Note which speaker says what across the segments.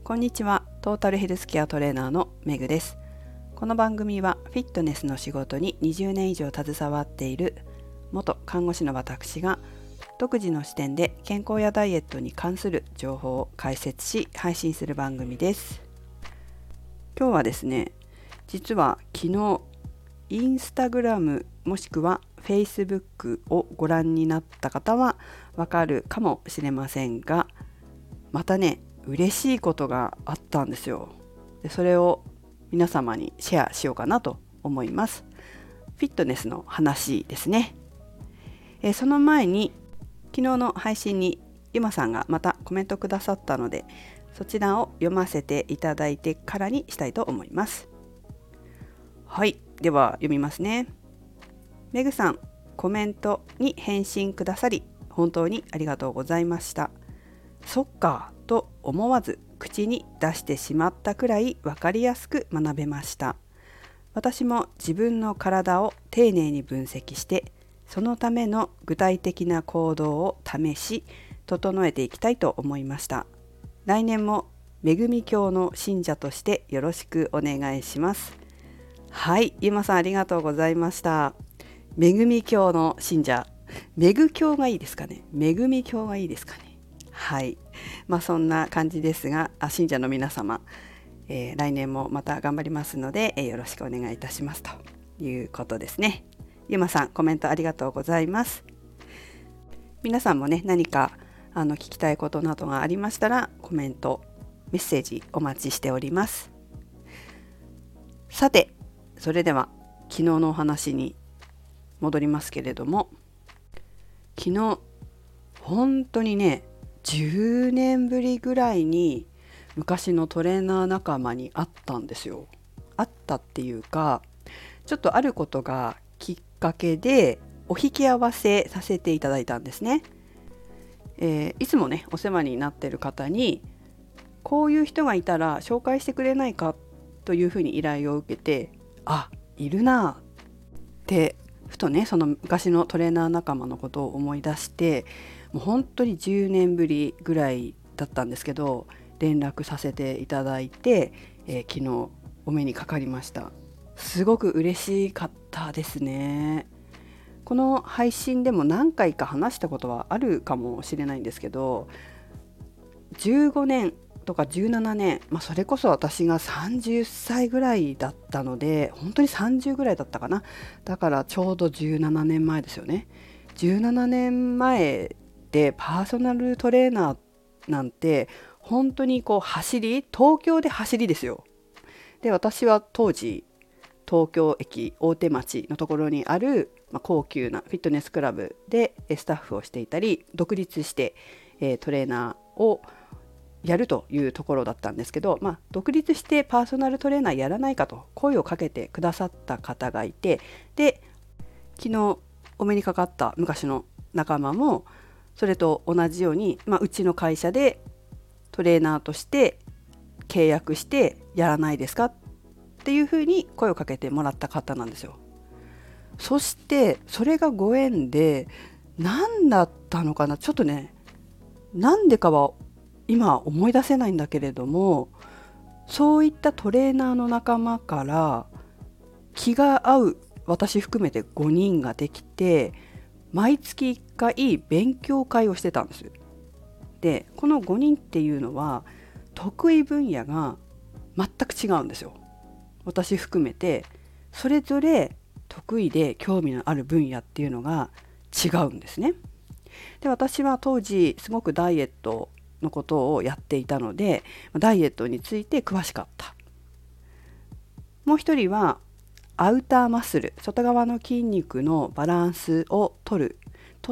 Speaker 1: こんにちは。トータルヘルスケアトレーナーのめぐです。この番組はフィットネスの仕事に20年以上携わっている元看護師の私が独自の視点で健康やダイエットに関する情報を解説し配信する番組です。今日はですね、実は昨日インスタグラムもしくはフェイスブックをご覧になった方はわかるかもしれませんが、またね、嬉しいことがあったんですよ。でそれを皆様にシェアしようかなと思います。フィットネスの話ですね。その前に昨日の配信にゆまさんがまたコメントくださったので、そちらを読ませていただいてからにしたいと思います。はい、では読みますね。めぐさん、コメントに返信くださり本当にありがとうございました。そっかと思わず口に出してしまったくらい分かりやすく学べました。私も自分の体を丁寧に分析して、そのための具体的な行動を試し、整えていきたいと思いました。来年もめぐみ教の信者としてよろしくお願いします。はい、ゆまさんありがとうございました。めぐみ教の信者、めぐ教がいいですかね。めぐみ教がいいですかね。はい、そんな感じですが、信者の皆様、来年もまた頑張りますので、よろしくお願いいたしますということですね。ゆまさん、コメントありがとうございます。皆さんもね、何か聞きたいことなどがありましたらコメント、メッセージお待ちしております。さて、それでは昨日のお話に戻りますけれども、昨日本当にね、10年ぶりぐらいに昔のトレーナー仲間に会ったんですよ。会ったっていうか、ちょっとあることがきっかけでお引き合わせさせていただいたんですね。いつもねお世話になっている方に、こういう人がいたら紹介してくれないかというふうに依頼を受けて、いるなってふとね、その昔のトレーナー仲間のことを思い出して、もう本当に10年ぶりぐらいだったんですけど、連絡させていただいて、昨日お目にかかりました。すごく嬉しかったですね。この配信でも何回か話したことはあるかもしれないんですけど、15年とか17年、それこそ私が30歳ぐらいだったので、本当に30ぐらいだったかな。だからちょうど17年前ですよね。17年前でパーソナルトレーナーなんて本当に東京で走りですよ。で、私は当時東京駅大手町のところにある、高級なフィットネスクラブでスタッフをしていたり、独立して、トレーナーをやるというところだったんですけど、独立してパーソナルトレーナーやらないかと声をかけてくださった方がいて、で昨日お目にかかった昔の仲間もそれと同じように、うちの会社でトレーナーとして契約してやらないですかっていうふうに声をかけてもらった方なんですよ。そしてそれがご縁で、何だったのかな、ちょっとね、なんでかは今思い出せないんだけれども、そういったトレーナーの仲間から気が合う私含めて5人ができて、毎月1回勉強会をしてたんです。で、この5人っていうのは得意分野が全く違うんですよ。私含めてそれぞれ得意で興味のある分野っていうのが違うんですね。で、私は当時すごくダイエットのことをやっていたので、ダイエットについて詳しかった。もう一人はアウターマッスル、外側の筋肉のバランスを取って、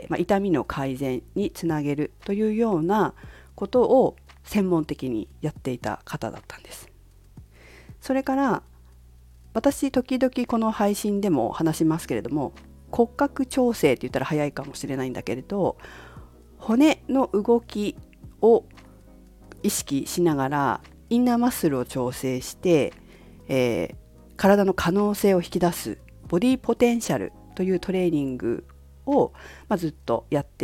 Speaker 1: 痛みの改善につなげるというようなことを専門的にやっていた方だったんです。それから私、時々この配信でも話しますけれども、骨格調整って言ったら早いかもしれないんだけれど、骨の動きを意識しながらインナーマッスルを調整して、体の可能性を引き出すボディポテンシャルというトレーニングを、ずっとやって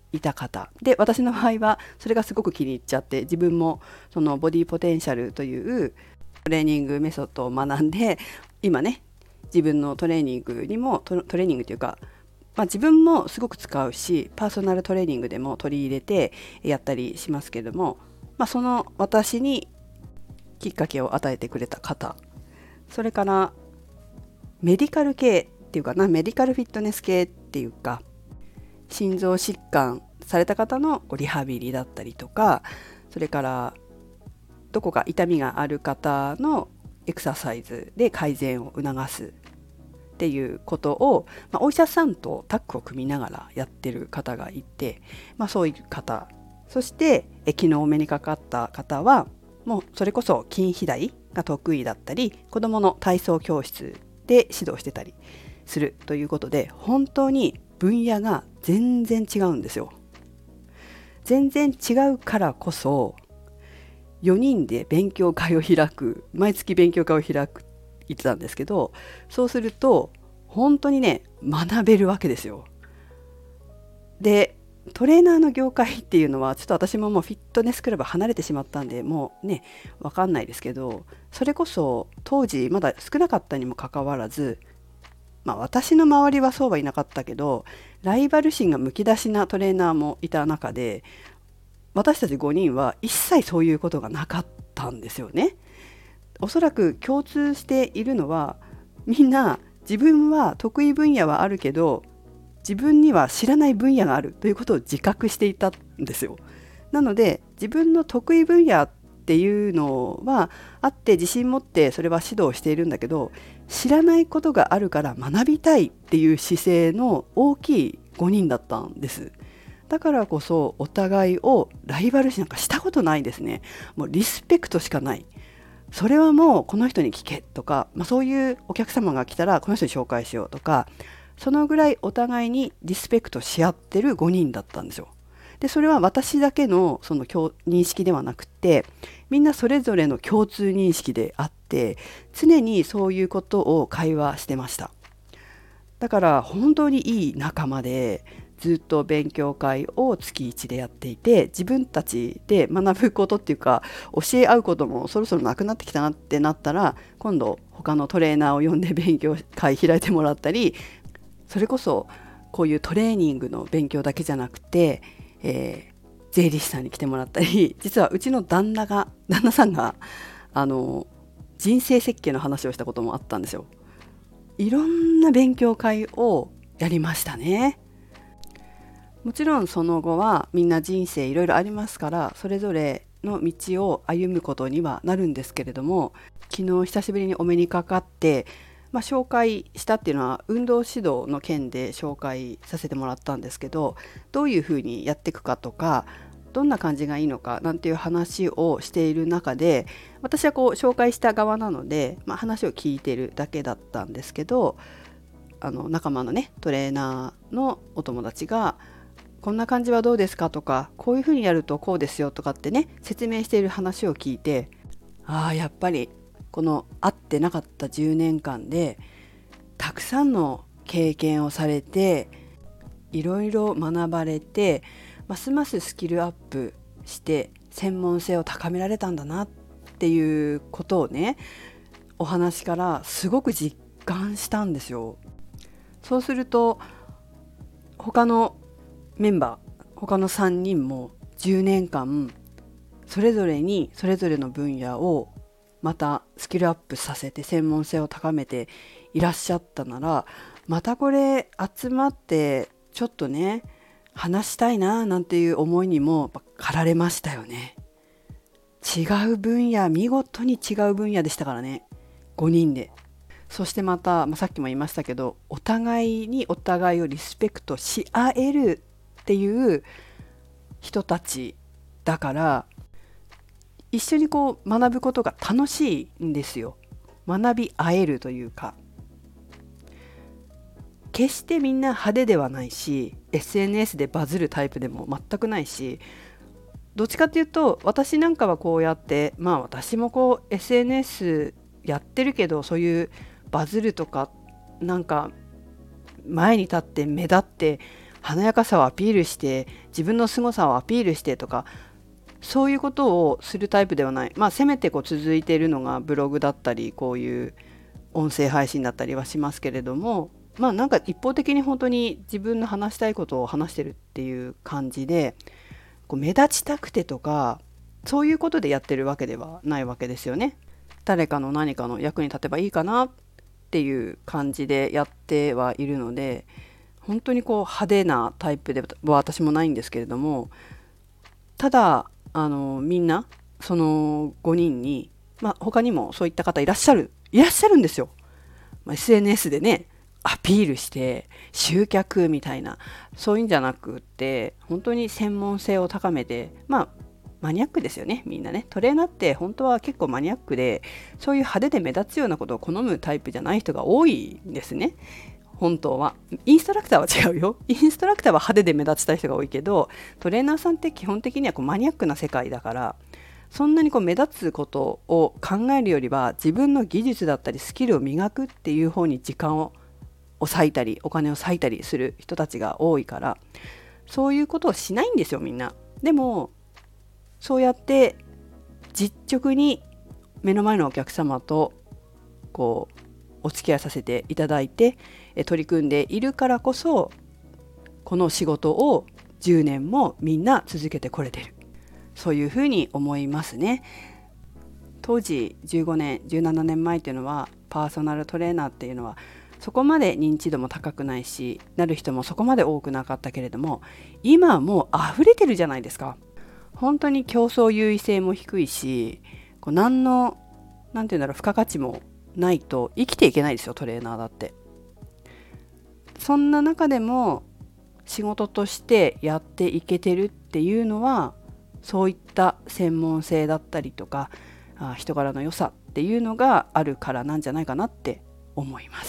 Speaker 1: いた方で、私の場合はそれがすごく気に入っちゃって、自分もそのボディポテンシャルというトレーニングメソッドを学んで、今ね自分のトレーニングにもトレーニングというか、自分もすごく使うし、パーソナルトレーニングでも取り入れてやったりしますけれども、その私にきっかけを与えてくれた方、それからメディカル系っていうかな、メディカルフィットネス系っていうか、心臓疾患された方のリハビリだったりとか、それからどこか痛みがある方のエクササイズで改善を促すっていうことを、お医者さんとタッグを組みながらやってる方がいて、そういう方、そして昨日お目にかかった方はもうそれこそ筋肥大が得意だったり、子どもの体操教室で指導してたりするということで、本当に分野が全然違うんですよ。全然違うからこそ4人で勉強会を開く、毎月勉強会を開く言ってたんですけど、そうすると本当にね学べるわけですよ。でトレーナーの業界っていうのはちょっと私ももうフィットネスクラブ離れてしまったんでもうね分かんないですけど、それこそ当時まだ少なかったにもかかわらず、私の周りはそうはいなかったけど、ライバル心がむき出しなトレーナーもいた中で、私たち5人は一切そういうことがなかったんですよね。おそらく共通しているのは、みんな自分は得意分野はあるけど自分には知らない分野があるということを自覚していたんですよ。なので自分の得意分野っていうのはあって自信持ってそれは指導しているんだけど、知らないことがあるから学びたいっていう姿勢の大きい5人だったんです。だからこそお互いをライバル視なんかしたことないですね。もうリスペクトしかない。それはもうこの人に聞けとか、そういうお客様が来たらこの人に紹介しようとか、そのぐらいお互いにリスペクトし合ってる5人だったんですよ。でそれは私だけのその認識ではなくて、みんなそれぞれの共通認識であって、常にそういうことを会話してました。だから本当にいい仲間で、ずっと勉強会を月1でやっていて、自分たちで学ぶことっていうか教え合うこともそろそろなくなってきたなってなったら、今度他のトレーナーを呼んで勉強会開いてもらったり、それこそこういうトレーニングの勉強だけじゃなくて、税理士さんに来てもらったり、実はうちの旦那さんが人生設計の話をしたこともあったんですよ。いろんな勉強会をやりましたね。もちろんその後はみんな人生いろいろありますから、それぞれの道を歩むことにはなるんですけれども、昨日久しぶりにお目にかかって、紹介したっていうのは運動指導の件で紹介させてもらったんですけど、どういうふうにやっていくかとか、どんな感じがいいのかなんていう話をしている中で、私はこう紹介した側なので、話を聞いているだけだったんですけど、仲間のねトレーナーのお友達がこんな感じはどうですかとか、こういうふうにやるとこうですよとかってね説明している話を聞いて、やっぱりこの会ってなかった10年間でたくさんの経験をされて、いろいろ学ばれて、ますますスキルアップして専門性を高められたんだなっていうことをね、お話からすごく実感したんですよ。そうすると他のメンバー、他の3人も10年間それぞれにそれぞれの分野をまたスキルアップさせて専門性を高めていらっしゃったなら、またこれ集まってちょっとね話したいななんていう思いにも駆られましたよね。違う分野、見事に違う分野でしたからね、5人で。そしてまた、さっきも言いましたけど、お互いにお互いをリスペクトし合えるっていう人たちだから、一緒にこう学ぶことが楽しいんですよ。学び合えるというか、決してみんな派手ではないし、 SNS でバズるタイプでも全くないし、どっちかっていうと私なんかはこうやって、私もこう SNS やってるけど、そういうバズるとかなんか前に立って目立って華やかさをアピールして自分の凄さをアピールしてとか、そういうことをするタイプではない。せめて続いているのがブログだったり、こういう音声配信だったりはしますけれども、なんか一方的に本当に自分の話したいことを話してるっていう感じで、目立ちたくてとかそういうことでやってるわけではないわけですよね。誰かの何かの役に立てばいいかなっていう感じでやってはいるので、本当に派手なタイプでは私もないんですけれども、ただみんなその5人に、他にもそういった方いらっしゃるんですよ。SNS でねアピールして集客みたいな、そういうんじゃなくって、本当に専門性を高めて、マニアックですよね、みんなね。トレーナーって本当は結構マニアックで、そういう派手で目立つようなことを好むタイプじゃない人が多いんですね。本当はインストラクターは違うよ。インストラクターは派手で目立ちたい人が多いけど、トレーナーさんって基本的にはマニアックな世界だから、そんなに目立つことを考えるよりは、自分の技術だったりスキルを磨くっていう方に時間を割いたりお金を割いたりする人たちが多いから、そういうことをしないんですよ、みんな。でもそうやって実直に目の前のお客様とお付き合いさせていただいて取り組んでいるからこそ、この仕事を10年もみんな続けてこれてる、そういうふうに思いますね。当時15年17年前っていうのは、パーソナルトレーナーっていうのはそこまで認知度も高くないし、なる人もそこまで多くなかったけれども、今はもう溢れてるじゃないですか。本当に競争優位性も低いし、何のなんていうんだろう、付加価値もないと生きていけないですよ、トレーナーだって。そんな中でも仕事としてやっていけてるっていうのは、そういった専門性だったりとか人柄の良さっていうのがあるからなんじゃないかなって思います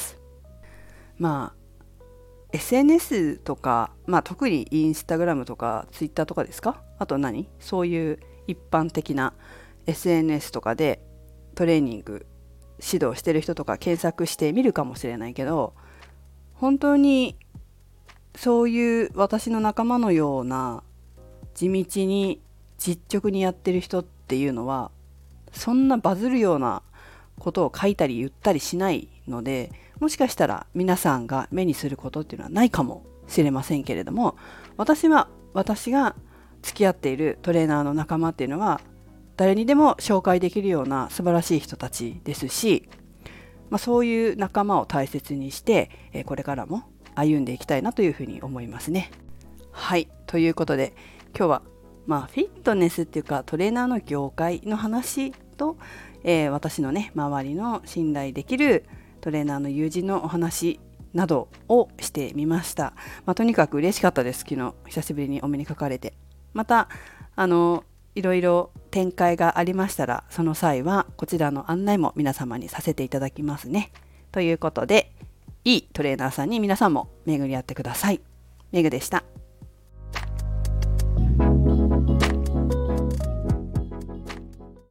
Speaker 1: 。SNS とか、特にインスタグラムとかツイッターとかですか、あとそういう一般的な SNS とかでトレーニング指導してる人とか検索してみるかもしれないけど、本当にそういう私の仲間のような地道に実直にやってる人っていうのは、そんなバズるようなことを書いたり言ったりしないので、もしかしたら皆さんが目にすることっていうのはないかもしれませんけれども、私が付き合っているトレーナーの仲間っていうのは、誰にでも紹介できるような素晴らしい人たちですし、そういう仲間を大切にしてこれからも歩んでいきたいなというふうに思いますね。はい、ということで今日はフィットネスっていうかトレーナーの業界の話と、私のね周りの信頼できるトレーナーの友人のお話などをしてみました。とにかく嬉しかったです。昨日久しぶりにお目にかかれて、またいろいろ展開がありましたら、その際はこちらの案内も皆様にさせていただきますね。ということで、いいトレーナーさんに皆さんも巡り合ってください。めぐでした。